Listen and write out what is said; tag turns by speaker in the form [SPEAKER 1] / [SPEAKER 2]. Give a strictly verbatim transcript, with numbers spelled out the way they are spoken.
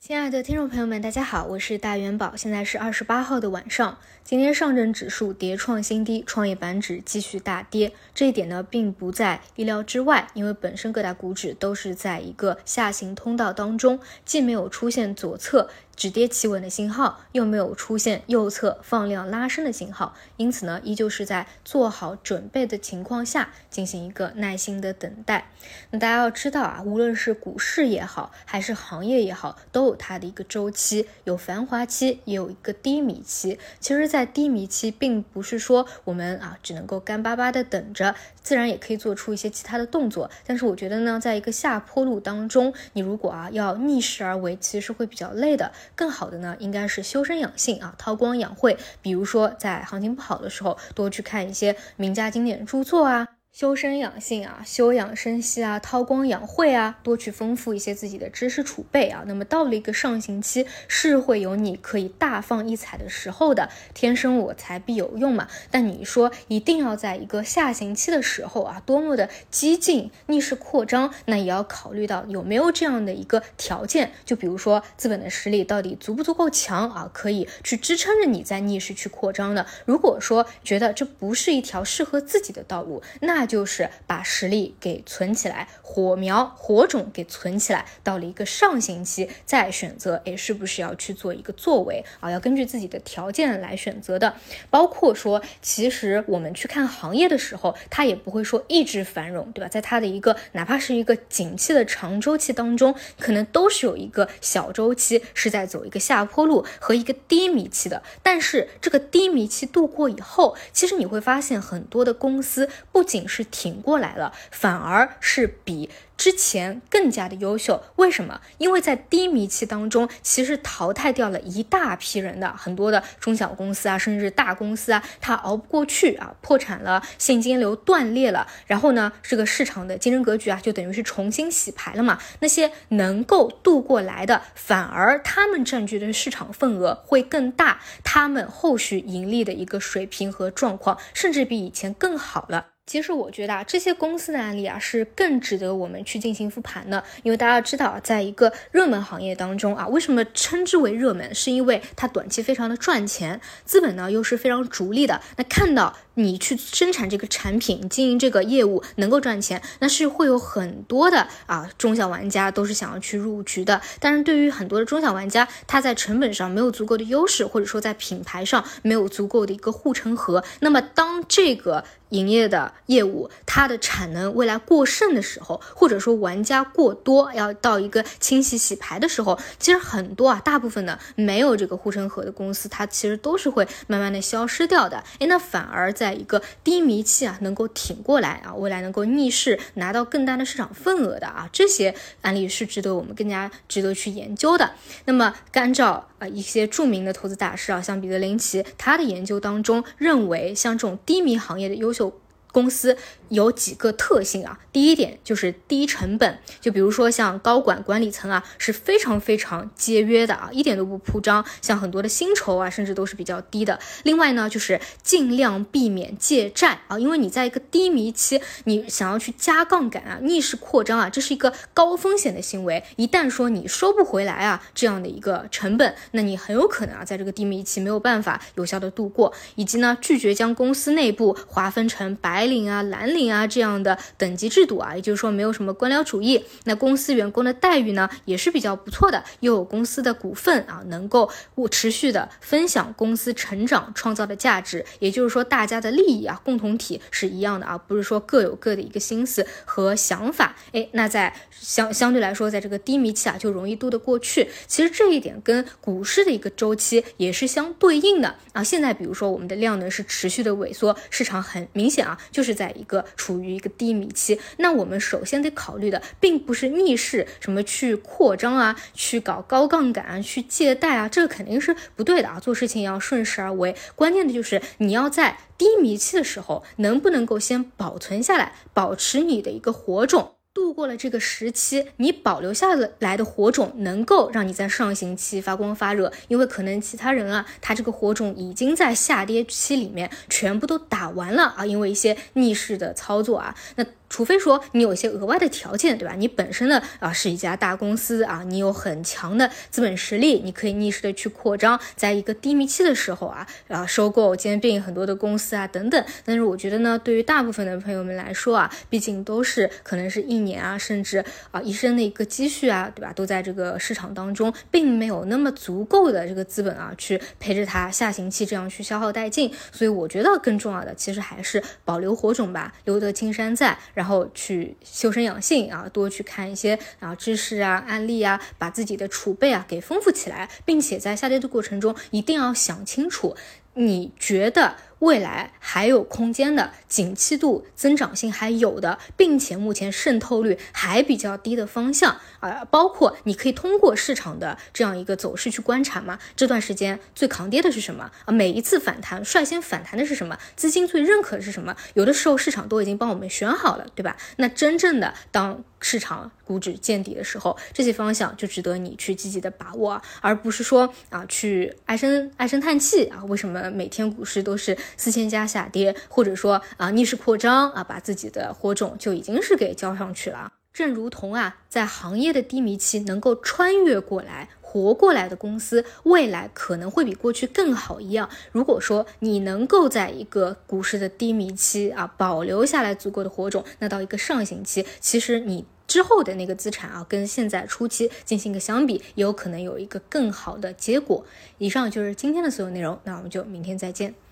[SPEAKER 1] 亲爱的听众朋友们，大家好，我是大元宝，现在是二十八号的晚上。今天上证指数跌创新低，创业板指继续大跌，这一点呢并不在意料之外，因为本身各大股指都是在一个下行通道当中，既没有出现左侧止跌企稳的信号，又没有出现右侧放量拉升的信号，因此呢依旧是在做好准备的情况下进行一个耐心的等待。那大家要知道啊，无论是股市也好，还是行业也好，都有它的一个周期，有繁华期，也有一个低迷期。其实在低迷期并不是说我们啊只能够干巴巴的等着，自然也可以做出一些其他的动作，但是我觉得呢，在一个下坡路当中，你如果啊要逆势而为，其实是会比较累的。更好的呢应该是修身养性啊，韬光养晦，比如说在行情不好的时候多去看一些名家经典著作啊，修身养性啊，休养生息啊，韬光养晦啊，多去丰富一些自己的知识储备啊。那么到了一个上行期，是会有你可以大放异彩的时候的，天生我材必有用嘛。但你说一定要在一个下行期的时候啊，多么的激进逆势扩张，那也要考虑到有没有这样的一个条件，就比如说资本的实力到底足不足够强啊，可以去支撑着你在逆势去扩张的。如果说觉得这不是一条适合自己的道路，那就是把实力给存起来，火苗火种给存起来，到了一个上行期再选择诶是不是要去做一个作为啊，要根据自己的条件来选择的。包括说其实我们去看行业的时候，它也不会说一直繁荣，对吧？在它的一个哪怕是一个景气的长周期当中，可能都是有一个小周期是在走一个下坡路和一个低迷期的。但是这个低迷期度过以后，其实你会发现很多的公司不仅是挺过来了，反而是比之前更加的优秀。为什么？因为在低迷期当中，其实淘汰掉了一大批人的，很多的中小公司啊，甚至大公司啊，它熬不过去啊，破产了，现金流断裂了，然后呢，这个市场的竞争格局啊，就等于是重新洗牌了嘛。那些能够渡过来的，反而他们占据的市场份额会更大，他们后续盈利的一个水平和状况，甚至比以前更好了。其实我觉得啊，这些公司的案例啊是更值得我们去进行复盘的，因为大家知道啊，在一个热门行业当中啊，为什么称之为热门？是因为它短期非常的赚钱，资本呢又是非常逐利的。那看到你去生产这个产品，你经营这个业务能够赚钱，那是会有很多的啊中小玩家都是想要去入局的。但是对于很多的中小玩家，他在成本上没有足够的优势，或者说在品牌上没有足够的一个护城河，那么当这个营业的业务它的产能未来过剩的时候，或者说玩家过多要到一个清洗洗牌的时候，其实很多啊大部分呢没有这个护城河的公司，它其实都是会慢慢的消失掉的。诶，那反而在一个低迷期啊能够挺过来啊，未来能够逆势拿到更大的市场份额的啊，这些案例是值得我们更加值得去研究的。那么按照啊一些著名的投资大师啊，像彼得林奇，他的研究当中认为，像这种低迷行业的优秀公司有几个特性啊，第一点就是低成本，就比如说像高管管理层啊是非常非常节约的啊，一点都不铺张，像很多的薪酬啊甚至都是比较低的。另外呢就是尽量避免借债啊，因为你在一个低迷期，你想要去加杠杆啊，逆势扩张啊，这是一个高风险的行为，一旦说你收不回来啊这样的一个成本，那你很有可能啊在这个低迷期没有办法有效的度过，以及呢拒绝将公司内部划分成白领啊蓝领啊这样的等级制度啊，也就是说没有什么官僚主义，那公司员工的待遇呢也是比较不错的，又有公司的股份啊，能够持续的分享公司成长创造的价值，也就是说大家的利益啊共同体是一样的啊，不是说各有各的一个心思和想法。诶，那在相相对来说在这个低迷期啊就容易度得过去。其实这一点跟股市的一个周期也是相对应的啊。现在比如说我们的量能是持续的萎缩，市场很明显啊就是在一个处于一个低迷期，那我们首先得考虑的并不是逆势什么去扩张啊，去搞高杠杆啊，去借贷啊，这个肯定是不对的啊。做事情要顺势而为，关键的就是你要在低迷期的时候能不能够先保存下来，保持你的一个火种，度过了这个时期，你保留下来的火种能够让你在上行期发光发热，因为可能其他人啊，他这个火种已经在下跌期里面全部都打完了啊，因为一些逆势的操作啊，那除非说你有一些额外的条件，对吧？你本身呢啊是一家大公司啊，你有很强的资本实力，你可以逆势的去扩张，在一个低迷期的时候啊啊收购兼并很多的公司啊等等。但是我觉得呢，对于大部分的朋友们来说啊，毕竟都是可能是一年啊，甚至啊一生的一个积蓄啊，对吧？都在这个市场当中，并没有那么足够的这个资本啊，去陪着它下行期这样去消耗殆尽。所以我觉得更重要的其实还是保留火种吧，留得青山在，然后去修身养性啊，多去看一些啊知识啊、案例啊，把自己的储备啊给丰富起来，并且在下跌的过程中一定要想清楚，你觉得未来还有空间的，景气度增长性还有的，并且目前渗透率还比较低的方向啊，包括你可以通过市场的这样一个走势去观察嘛，这段时间最抗跌的是什么啊？每一次反弹率先反弹的是什么？资金最认可的是什么？有的时候市场都已经帮我们选好了，对吧？那真正的当市场股指见底的时候，这些方向就值得你去积极的把握，而不是说啊去唉声唉声叹气啊，为什么每天股市都是四千家下跌，或者说啊逆势扩张啊，把自己的火种就已经是给交上去了。正如同啊在行业的低迷期能够穿越过来活过来的公司，未来可能会比过去更好一样。如果说你能够在一个股市的低迷期啊保留下来足够的火种，那到一个上行期，其实你之后的那个资产啊，跟现在初期进行一个相比，也有可能有一个更好的结果。以上就是今天的所有内容，那我们就明天再见。